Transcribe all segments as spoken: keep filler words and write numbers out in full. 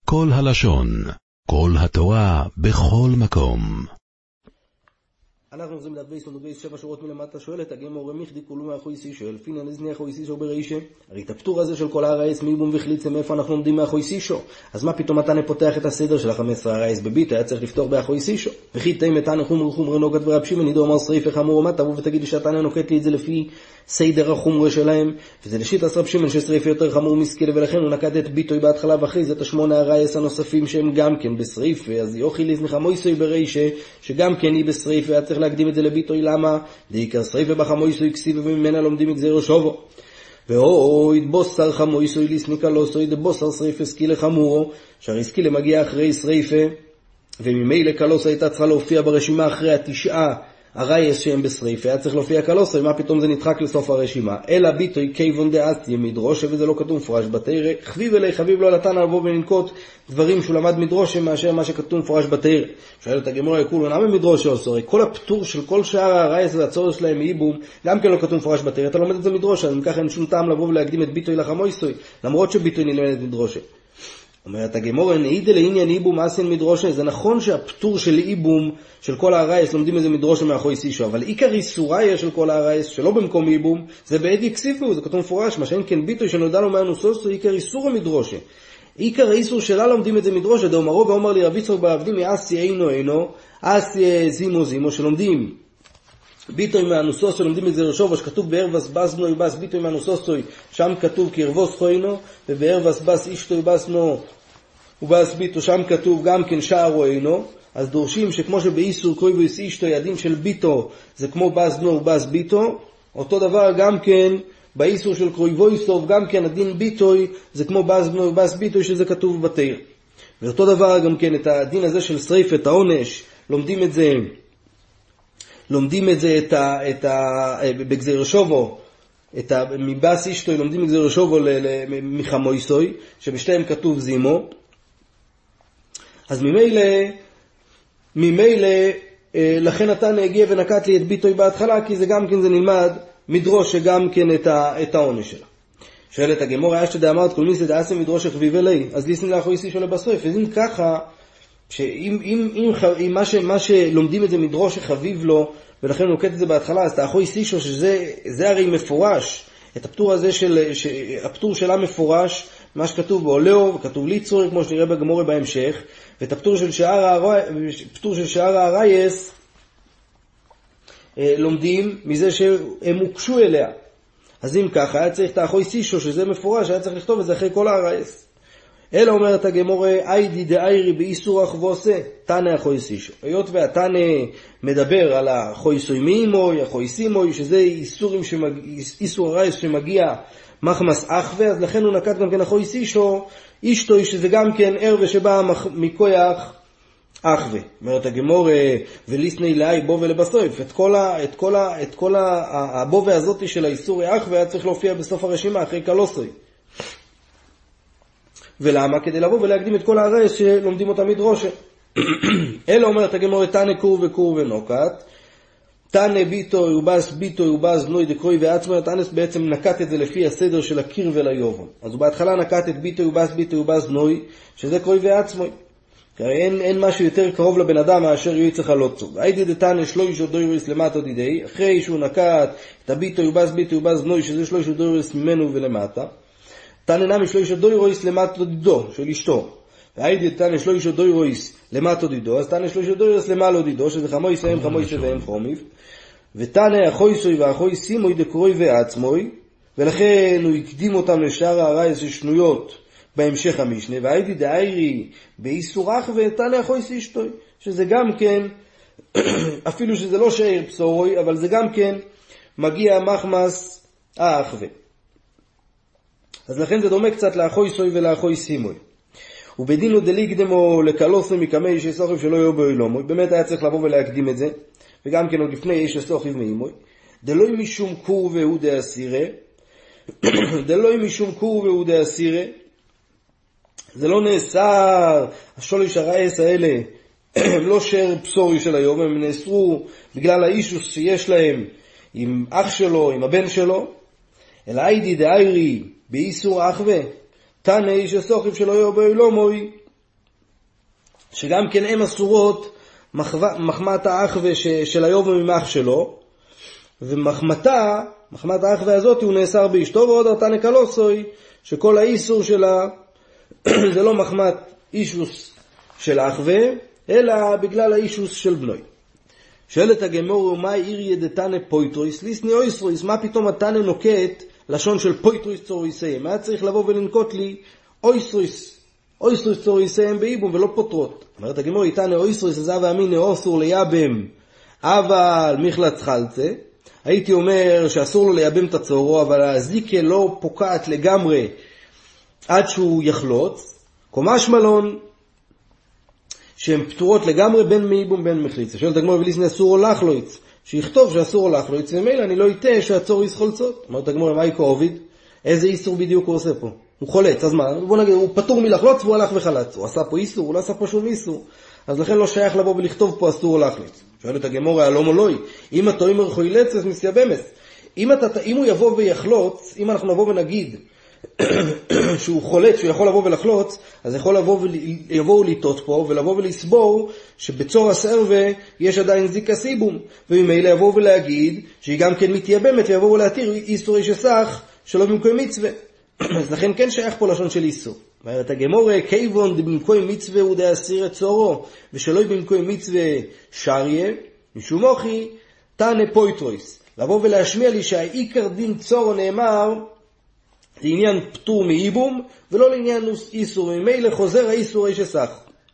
כל הלשון, כל התורה, בכל מקום. אנחנו עוזרים לדבי סודוגי שבע שורות מלמטה. שואלת הגמור, מיכדי כולו מהחויסי שואל פינא נזני החויסי שו ברישה. הרי את הפטור הזה של כל הרייס מיבום וחליצה, מאיפה אנחנו עומדים מהחויסי שו? אז מה פתאום אתה נפותח את הסדר של ה-חמש עשרה הרייס בביט? היה צריך לפתור בהחויסי שו. וכי תאי מתן חומר חומר נוגת ורב שמעון נידו אמר שריף חמור, מה תבוא ותגיד לי שאתה נוקט לי את זה לפי סדר החומר שלהם, וזה לשיט רב שמעון ששריף יותר חמור מסקילה, ולכן הוא נקט את ביטוי בהתחלה ואחרי זה את השמונה הרייס הנוספים שהם גם כן בשריף. אז יוכי לזני חמויסוי ברישה שגם כן היא בשריף, והיה צריך להקדים את זה לביטוי. למה? דעיקר שריף ובחמויסוי כסיב וממנה לומדים גזירו שובו. ואוי בוסר חמויסוי לסניקה לא סוי דבוסר שריף סקילה חמורו, שהרי סקילה מגיע אחרי שריפה, וממילא קלוסה הייתה צריכה להופיע ברשימה אחרי התשעה הרייס שהם בשריפה, היה צריך להופיע קלוסה, ומה פתאום זה נדחק לסוף הרשימה? אלא ביטוי כיוון דאסטיה מדרושה, וזה לא כתוב מפורש בתורה. חביב אלי חביב לא לתנא לבוא ולנקוט דברים שהוא למד מדרושה מאשר מה שכתוב מפורש בתורה. שואלת הגמרא יקולו נמי מדרושה עשו, הרי כל הפטור של כל שאר הרייס והצורך שלהם מאיבום גם כן לא כתוב מפורש בתורה, אתה לומד את זה מדרושה, אז מכך אין שום טעם לבוא ולהקדים את ביטוי לחמויסוי, למרות שביטוי נלמד מדרושה. אומרת הגמרא, נעידה לעניין איבום אסין מדרושה. זה נכון שהפטור של איבום של כל הרייס לומדים איזה מדרושה מהחויסי שו, אבל עיקר איסוריה של כל הרייס שלא במקום איבום זה בעד יקסיפו, זה כתוב מפורש, מה שאין כן ביטוי שנודע לו מהנוסוסו, עיקר איסור המדרושה. עיקר האיסור שלה לומדים את זה מדרושה. דאמרו ואומר לי רב יצחק בעבדים מאסי אינו אינו אסי זימו זימו, שלומדים ביטוי מהנוסוס שלומדים את זה רשוב, שכתוב בערבס בס בנו יבס ביטוי מהנוסוס, שם כתוב כערבוס חוינו, ובערבס בס אישתו יבס נו ובס ביטו שם כתוב גם כן שערו אינו. אז דורשים שכמו שבאיסור קרויבוס אישתו ידין של ביטו זה כמו בס בנו ובס ביטו, אותו דבר גם כן באיסור של קרויבויסוב גם כן הדין ביטוי זה כמו בס בנו ובס ביטו שזה כתוב בתורה. ואותו דבר גם כן את הדין הזה של שריף, את העונש, לומדים את זה לומדים את זה את ה, את ה, בגזיר שובו, את ה, מבס אישתוי לומדים בגזיר שובו מחמויסוי, שבשתיהם כתוב זימו. אז ממילא, ממילא, לכן אתה נהגיע ונקט לי את ביטוי בהתחלה, כי זה גם כן זה נלמד מדרוש שגם כן את, ה, את העונש שלה. שואלת הגמור, היה שדאמרת כל ניסי דאסי מדרוש חביב אלי, אז ליסן לאחויסי שולה בסוף, אז אם ככה, שאם אם, אם, אם מה, ש, מה שלומדים את זה מדרוש חביב לו, ולכן הוא נוקט את זה בהתחלה, אז תאחוי סישו, שזה זה הרי מפורש, את הפטור הזה של, ש, הפטור שלה מפורש, מה שכתוב בעולהו, וכתוב ליצור, כמו שנראה בגמורה בהמשך, ואת הפטור של שאר, הפטור של שאר הרייס, לומדים מזה שהם הוקשו אליה. אז אם ככה, היה צריך תאחוי סישו, שזה מפורש, היה צריך לכתוב את זה אחרי כל הרייס. אלא אומרת הגמורה, איידי דאיירי באיסור אחבוסה, תנא החויסישו. היות והתנא מדבר על החויסוי מימוי, החויסימוי, שזה איסורים שמגיע, איסור הרייס שמגיע מחמס אחווה, אז לכן הוא נקט גם כן החויסישו, אישתוי, שזה גם כן ערווה שבא מכויח אחווה. אומרת הגמורה, וליסני לאי בו ולבסוף, את כל ה, את כל ה, את כל ה, הבובה הזאת של האיסורי אחווה, היה צריך להופיע בסוף הרשימה, אחרי קלוסוי. ולמה? כדי לבוא ולהקדים את כל הרייס שלומדים אותה מדרושה. אלא אומרת הגמורה, תנא קור וקור ונוקת, תנא ביטו ובס ביטו ובס בנוי דקרוי ועצמו. תנא בעצם נקט את זה לפי הסדר של הקיר וליובון. אז הוא בהתחלה נקט את ביטו ובס ביטו ובס בנוי, שזה קרוי ועצמו. אין, אין משהו יותר קרוב לבן אדם מאשר יוי צריך לעלות צוג. היידי דתנא שלוש דוירוס למטה דידי, אחרי שהוא נקט את הביטו ובס ביטו ובס בנוי, שזה שלוש דוירוס ממנו ולמטה, תנא נמי שלוש דוירוס למטה דידו, של אשתו. והיידי תנא שלוש דוירוס למטה דידו, אז תנא שלוש דוירוס למעלה דידו, שזה חמוי סיים חמוי סיים חומיב. ותנא החויסוי והחויסימוי דקרוי ועצמוי, ולכן הוא הקדים אותם לשאר הרייס ששנויות בהמשך המשנה. והיידי דאיירי באיסור אחווה, תנא החויסי אשתוי, שזה גם כן, אפילו שזה לא שאיר בשורוי, אבל זה גם כן מגיע מחמס האחווה. אז לכן זה דומה קצת לאחוי סוי ולאחוי סימוי. ובדינו דליגדמו לקלוסו מקמי איש הסוכיב שלא יהיו באילומוי. באמת היה צריך לבוא ולהקדים את זה. וגם כן עוד לפני איש הסוכיב מאימוי. דלוי משום קור והוא דאסירה. דלוי משום קור והוא דאסירה. זה לא נאסר, השולש הרייס האלה, הם לא שר פסורי של היום, הם נאסרו בגלל האישוס שיש להם עם אח שלו, עם הבן שלו. אלא היידי דאיירי באיסור אחווה, תנא איש הסוכיב שלא יהיו באילומוי, שגם כן הם אסורות מחמת האחווה של היובום עם אח שלו, ומחמתה, מחמת האחווה הזאת הוא נאסר באשתו, ועוד אותה נקלוסוי, שכל האיסור שלה זה לא מחמת אישוס של אחווה, אלא בגלל האישוס של בנוי. שואלת הגמור, מה עיר ידתנה פויטרויס? ליסני אויסרויס, מה פתאום התנה נוקט לשון של פויטרויס צוריסאים? מה צריך לבוא ולנקוט לי אויסרויס, אויסרויס צוריסאים באיבום ולא פוטרות? אומרת הגמור, יתנה אויסרויס, עזה ואמין אוסור ליבם, אבל מחלץ חלצה. הייתי אומר שאסור לו ליבם את הצורו, אבל הזיקה לא פוקעת לגמרי עד שהוא יחלוץ. קומש מלון, שהן פטורות לגמרי בין מאיבום בין מחליץ. שואלת הגמור, וליסני אסור או לחלוץ, שיכתוב שאסור או לחלוץ, ומילא אני לא אתן שהצור יסחולצות. אומרת הגמור, מה יקו עוביד? איזה איסור בדיוק הוא עושה פה? הוא חולץ, אז מה? בוא נגיד, הוא פטור מלחלוץ והוא הלך וחלץ. הוא עשה פה איסור, הוא לא עשה פה שום איסור. אז לכן לא שייך לבוא ולכתוב פה אסור או לחלוץ. שואלת הגמור, הלום או לוי, אם אתה אומר חוילץ, אז מסייבמס. אם, אתה, אם הוא יבוא ויחלוץ, אם אנחנו נבוא ונגיד שהוא חולץ, שהוא יכול לבוא ולחלוץ, אז יכול לבוא ויבוא ולטעות פה, ולבוא ולסבור שבצור הסרווה יש עדיין זיקה סיבום, וממילא יבוא ולהגיד שהיא גם כן מתייבמת, ויבוא ולהתיר איסור איש הסך שלא במקום מצווה. אז לכן כן שייך פה לשון של איסור. אומרת הגמור, כיוון במקום מצווה הוא דאסיר את צורו, ושלא במקום מצווה שריה, משום מוכי, תנה פויטרויס. לבוא ולהשמיע לי שהעיקר דין צורו נאמר, זה עניין פטור מאיבום, ולא לעניין איסור. ממילא חוזר האיסור איש הסך.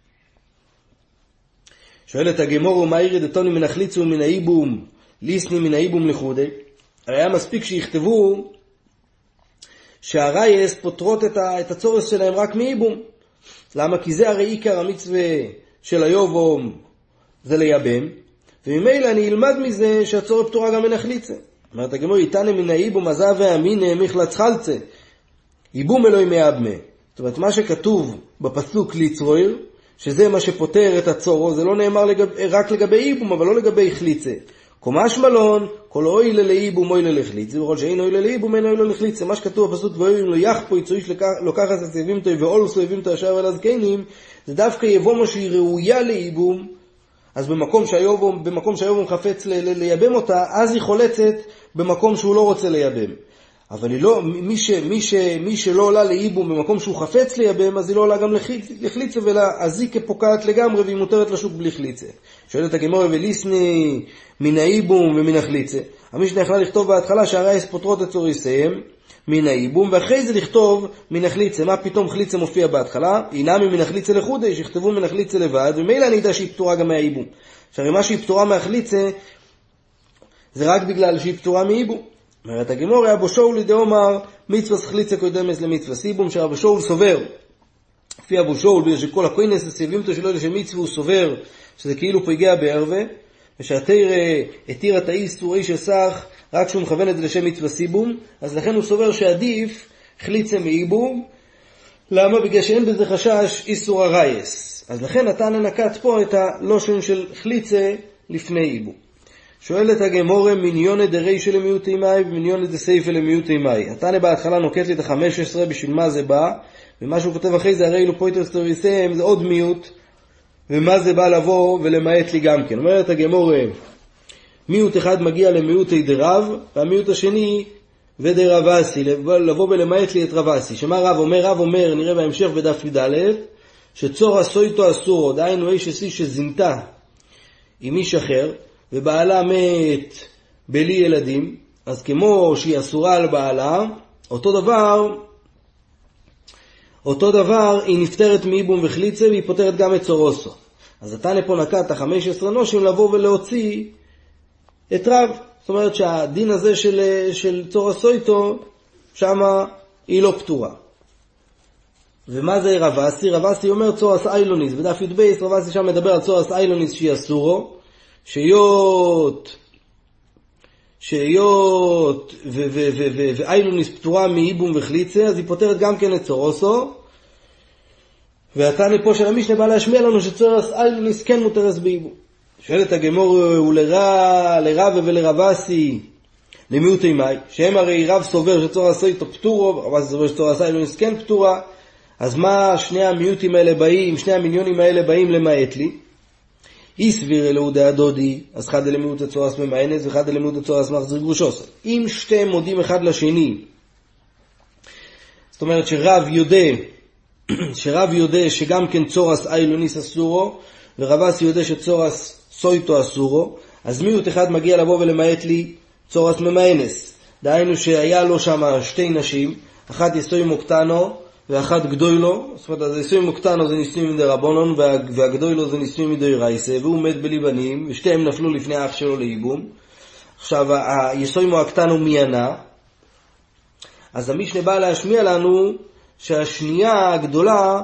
שואלת הגמור, מה ירדתוני מן החליץ ומן האיבום, ליסני מן האיבום לחודי? הרי היה מספיק שיכתבו שהרייס פותרות את, ה, את הצורס שלהם רק מאיבום. למה? כי זה הרי עיקר המצווה של היובום, זה לייבם, וממילא אני אלמד מזה שהצורס פתורה גם מן החליצה. אומרת הגמור, יתנה מן האיבום עזה ואמין מחלץ חלצה, איבום אלוהי מאבמה. זאת אומרת, מה שכתוב בפסוק ליצרויר, שזה מה שפותר את הצורו, זה לא נאמר לגב, רק לגבי איבום, אבל לא לגבי חליצה. קומש מלון, כל אוי לאיבום אוי לחליצה, וכל שאין אוי לאיבום אין אוי לחליצה. מה שכתוב בפסוק, ואוי לו יחפו יצויש לוקחת הסביבים תוי ואולו סביבים תוי השאר ולזקנים, זה דווקא יבומו שהיא ראויה לאיבום, אז במקום שהיובום, במקום שהיובום חפץ לייבם אותה, אז היא חולצת במקום שהוא לא רוצה לייבם. אבל היא לא, מי, ש, מי, ש, מי שלא עולה לאיבום במקום שהוא חפץ לייבם, אז היא לא עולה גם לחליצה, ולהזיקה פוקעת לגמרי, והיא מותרת לשוק בלי חליצה. שואלת הגמור, וליסני מן האיבום ומן החליצה. המשנה יכלה לכתוב בהתחלה שהרייס פותרות את צוריסיהם מן האיבום, ואחרי זה לכתוב מן החליצה. מה פתאום חליצה מופיע בהתחלה? אינם מן החליצה לחודי, שיכתבו מן החליצה לבד, ומילא אני יודע שהיא פתורה גם מהאיבום. עכשיו, מה שהיא פתורה מהחליצה, זה רק בגלל שהיא פתורה מאיבום. אומרת הגמור, אבו שאול דאמר מצווה חליצה קודמת למצווה סיבום, שאבו שאול סובר, לפי אבו שאול, בגלל שכל הכוינס הסביבים תו שלו לשם מצווה הוא סובר, שזה כאילו פגיע בערווה, ושהתיר התיר את האיסור איש הסך, רק שהוא מכוון את זה לשם מצווה סיבום, אז לכן הוא סובר שעדיף חליצה מאיבום. למה? בגלל שאין בזה חשש איסור הרייס. אז לכן אתה ננקט פה את הלושן של חליצה לפני איבום. שואלת הגמורה, מיניון דרי של מיעוטי מאי ומיניון דסייפה למיעוטי מאי. התנא בהתחלה נוקט לי את ה-חמש עשרה, בשביל מה זה בא, ומה שהוא כותב אחרי זה, הרי אילו פויטרס תוריסיהם, זה עוד מיעוט, ומה זה בא לבוא ולמעט לי גם כן. אומרת הגמורה, מיעוט אחד מגיע למיעוטי דרב, והמיעוט השני ודרבסי, לבוא ולמעט לי את רבסי. שמה רב אומר? רב אומר, נראה בהמשך בדף י"ד, שצור עשויתו אסור, דהיינו איש עשי שזינתה עם איש אחר, ובעלה מת בלי ילדים, אז כמו שהיא אסורה על בעלה, אותו דבר, אותו דבר היא נפטרת מאיבום וחליצה, והיא פותרת גם את צורוסו. אז התנא פה נקט ה-חמש עשרה נושים לבוא ולהוציא את רב. זאת אומרת שהדין הזה של, של צורוסו איתו, שמה היא לא פתורה. ומה זה רבסי? רבסי אומר צורס איילוניס, בדף י"ב רבסי שם מדבר על צורס איילוניס שהיא אסורו, שיות, שיות ואיילוניס פטורה מאיבום וחליצה, אז היא פותרת גם כן את צורוסו. והתנא פה של המשנה בא להשמיע לנו שצורס איילוניס כן מותרס באיבום. שואלת הגמור, ולרב ולרבסי למיעוטי מאי, שהם הרי רב סובר שצורס איתו פטורו, רבסי סובר שצורס איילוניס כן פטורה, אז מה שני המיעוטים האלה באים, שני המיליונים האלה באים למעט לי? אי סביר אלוהו דהדודי, אז חד אלמיעוט הצורס ממאנס וחד אלמיעוט הצורס מחזיר גרושוס. אם שתיהם מודים אחד לשני, זאת אומרת שרב יודע, שרב יודע שגם כן צורס איילוניס אסורו, ורבס יודע שצורס סויטו אסורו, אז מיעוט אחד מגיע לבוא ולמעט לי צורס ממאנס. דהיינו שהיה לו שם שתי נשים, אחת יסוי מוקטנו ואחת גדוילו, זאת אומרת, אז יסוי מוקטנו זה ניסוי מדי רבונון, והגדוילו זה ניסוי מדי רייסה, והוא מת בלי בנים, ושתיהם נפלו לפני אח שלו לאיבום. עכשיו, היסוי מוקטנו מיינה, אז המשנה בא להשמיע לנו שהשנייה הגדולה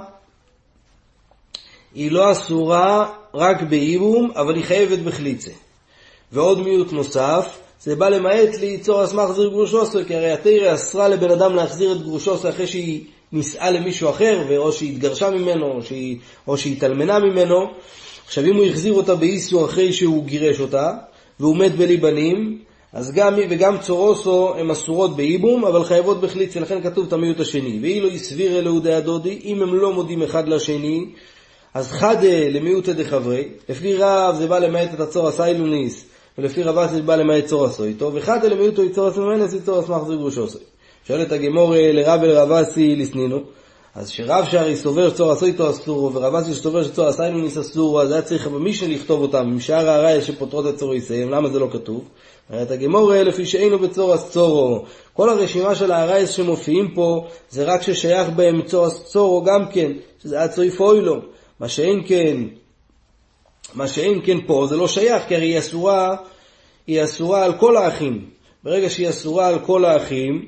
היא לא אסורה רק באיבום, אבל היא חייבת בחליצה. ועוד מיעוט נוסף, זה בא למעט לי צורס מחזיר גרושוסו, כי הרי התורה אסרה לבן אדם להחזיר את גרושוסו אחרי שהיא נישאה למישהו אחר, או שהיא התגרשה ממנו, או שהיא, או שהיא התאלמנה ממנו. עכשיו אם הוא החזיר אותה באיסור אחרי שהוא גירש אותה, והוא מת בלי בנים, אז גם היא וגם צורוסו הן אסורות באיבום, אבל חייבות בחליץ, לכן כתוב את המיעוט השני. ואילו יסביר אלוהו דהדודי, אם הם לא מודים אחד לשני, אז חדה למיעוטא דחברי, לפי רב זה בא למעט את הצורס איילוניס, ולפי רבס זה בא למעט צורס איתו, וחדה למיעוטו צורס ממאנס וצורס מחזיר גרושוסו. שואלת הגמור לרב ולרבסי לסנינו, אז שרב שהרי סובר שצורס איתו אסורו, ורבסי שסובר שצורס איילוניס אסורו, אז היה צריך במשנה לכתוב אותם, עם שאר הרעי שפותרות את צוריסיהם, למה זה לא כתוב? את הגמור לפי שאינו בצורס צורו, כל הרשימה של הרעי שמופיעים פה, זה רק ששייך בהם צורס צורו גם כן, שזה היה צויף אוילו. מה שאין כן, מה שאין כן פה, זה לא שייך, כי הרי היא אסורה, היא אסורה על כל האחים. ברגע שהיא אסורה על כל האחים,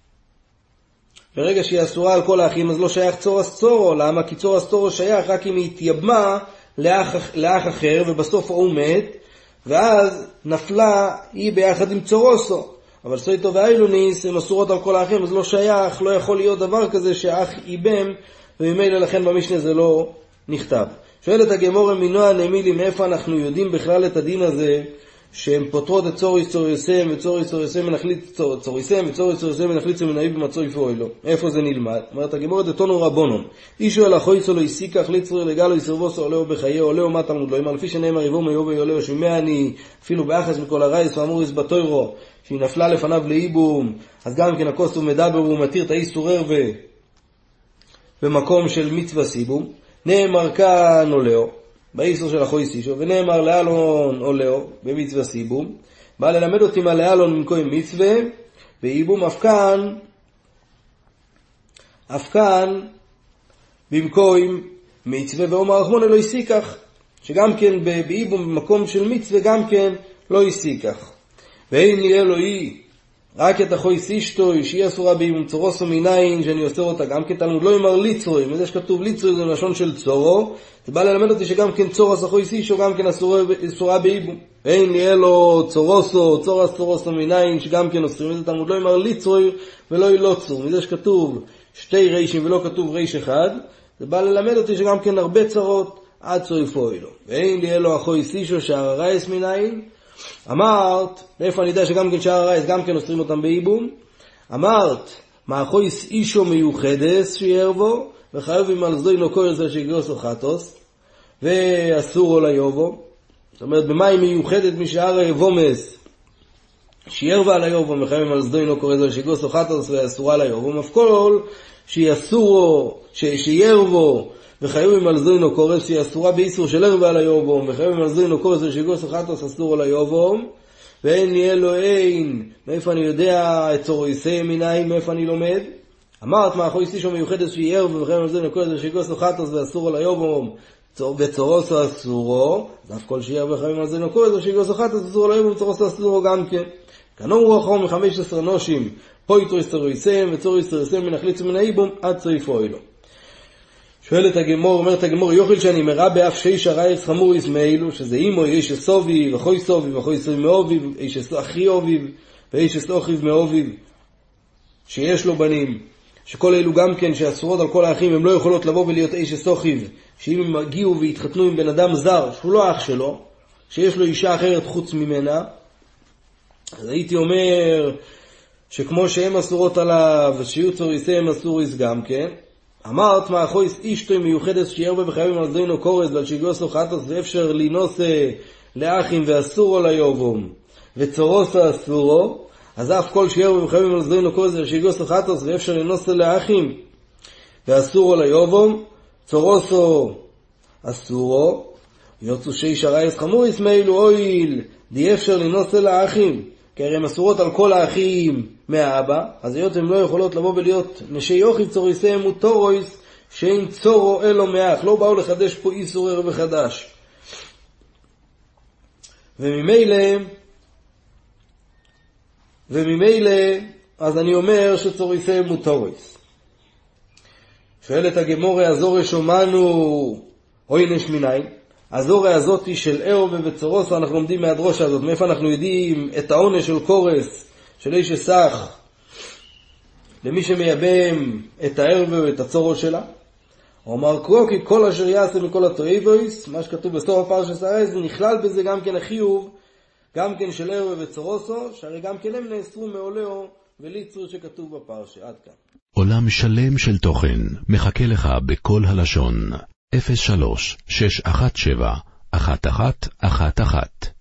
ברגע שהיא אסורה על כל האחים, אז לא שייך צורס צורו. למה? כי צורס צורו שייך רק אם היא התייבמה לאח, לאח אחר, ובסוף הוא מת, ואז נפלה היא ביחד עם צורוסו. אבל סויטו ואיילוניס הם אסורות על כל האחים, אז לא שייך, לא יכול להיות דבר כזה שהאח איבם, וממילא לכן במשנה זה לא נכתב. שואלת הגמור מנוע נמילי, מאיפה אנחנו יודעים בכלל את הדין הזה שהם פותרות את צוריס צוריסם וצוריס צוריסם מנחליט צוריסם וצוריס צוריסם מנחליט צמנאי במצוי פועלו. איפה זה נלמד? אומרת הגמור דתונו רבונון, אישו אל החויצו לא יסיקח ליצרו לגלו יסרבוסו עולהו בחיי עולהו מה תלמוד לו, אם לפי שנאמר יבוא מיובו יולהו שמע אני אפילו באחס מכל הרייס ואמוריס בתוירו שהיא נפלה לפניו לאיבום, אז גם כן הכוס הוא מדבר והוא מתיר את האיסור ערווה במקום של מצווה סיבום. נאמר כאן עולהו באיסור של החוי סישו, ונאמר לאלון עולהו במצווה סיבום. בא ללמד אותי מה לאלון במקום מצווה ואיבום אף כאן אף כאן במקום מצווה, ואומר רחמון לא יסיקח, שגם כן באיבום במקום של מצווה גם כן לא יסיקח. ואין לי אלוהי רק את החוי סישתוי שהיא אסורה באיבום צורוסו מניין שאני אוסר אותה גם כן תלמוד לא אמר ליצרוי, מזה שכתוב ליצרוי זה לשון של צורו, זה בא ללמד אותי שגם כן צורס החוי סישו גם כן אסורה, אסורה באיבום. אין לי אלו צורוסו צורס צורוסו מניין שגם כן אוסרים, מזה תלמוד לא אמר ליצרוי ולא ילוצרו, מזה שכתוב שתי רישים ולא כתוב ריש אחד, זה בא ללמד אותי שגם כן הרבה צרות עד צויפו אלו. ואין לי אלו החוי סישו שער הרייס מניין, אמרת, מאיפה אני יודע שגם כן שער הרייס גם כן אוסרים אותם באיבום? אמרת, מאחוי אישו מיוחדס שירבו, וחייבים על זדוי נוקו יוצא שיגרוס או חטוס, ואסורו ליובו. זאת אומרת, במה היא מיוחדת משער היבומס, שירבה על היובו, וחייבים על זדוי נוקו יוצא שיגרוס או חטוס, ואסורה ליובו. מפכל, שיסורו, שירבו, וחייבים על זוינו קורס שהיא אסורה באיסור של ערבה על היובום, וחייבים על זוינו קורס שגוס אחתוס אסור על היובום. ואין לי אלוהין, מאיפה אני יודע את צוריסי מיניים, מאיפה אני לומד? אמרת מה אחוי סישו מיוחדת שהיא ערבה, וחייבים על זוינו קורס שגוס אחתוס ואסור על היובום וצורוסו אסורו, אז אף כל שהיא ערבה וחייבים על זוינו קורס שגוס אחתוס אסור על היובום וצורוסו אסורו גם כן. כנום רוחו מחמש עשרה נושים פויטרויס צוריסם וצוריס צוריסם מנחליץ מן האיבום עד צויפו אלו. שואלת הגמור, אומרת הגמור, יוכל שאני מראה באף שיש הרייס חמוריס מאלו, שזה אימו, יש סובי, וחוי סובי, וחוי סובי מאוביב, יש אחי אוביב, ויש אוכיב מאוביב, שיש לו בנים, שכל אלו גם כן, שאסורות על כל האחים, הם לא יכולות לבוא ולהיות איש אוכיב, שאם הם הגיעו והתחתנו עם בן אדם זר, שהוא לא אח שלו, שיש לו אישה אחרת חוץ ממנה, אז הייתי אומר, שכמו שהם אסורות עליו, שיהיו צוריסיהם אסוריס גם כן, אמרת מה אחויס אישתוי מיוחדת שיהיה הרבה בחייבים על זוינו קורס ועל שיגוס לו חטוס ואפשר לינוס לאחים ואסורו ליובום וצורוסו אסורו, אז אף כל שיהיה הרבה בחייבים על זוינו קורס ועל שיגוס לו חטוס ואפשר לינוס לאחים ואסורו ליובום צורוסו אסורו יוצאו שיש הרייס חמוריס מיילו אויל די אפשר לינוס לאחים, כי הרי הן אסורות על כל האחים מהאבא, אז היות הן לא יכולות לבוא ולהיות נשי יוכי צוריסיהם וטורויס שאין צורו אלו מאח, לא באו לחדש פה איסור ערב וחדש. וממילא וממילא אז אני אומר שצוריסיהם וטורויס. שואלת הגמורה, הזורי שומענו עוינש מניין. הזורי הזאתי של אהובה וצורוסו, אנחנו לומדים מהדרושה הזאת. מאיפה אנחנו יודעים את העונש של קורס של איש אסך למי שמייבם את האהובה ואת הצורו שלה? אומר קרוקי כל אשר יעשה מכל התועבויס, מה שכתוב בסוף הפרשת הרייס, נכלל בזה גם כן החיוב גם כן של אהובה וצורוסו, שהרי גם כן הם נאסרו מעולהו וליצרו שכתוב בפרשה. עד כאן. עולם שלם של תוכן מחכה לך בכל הלשון. אפס שלוש שש אחת שבע אחת אחת אחת אחת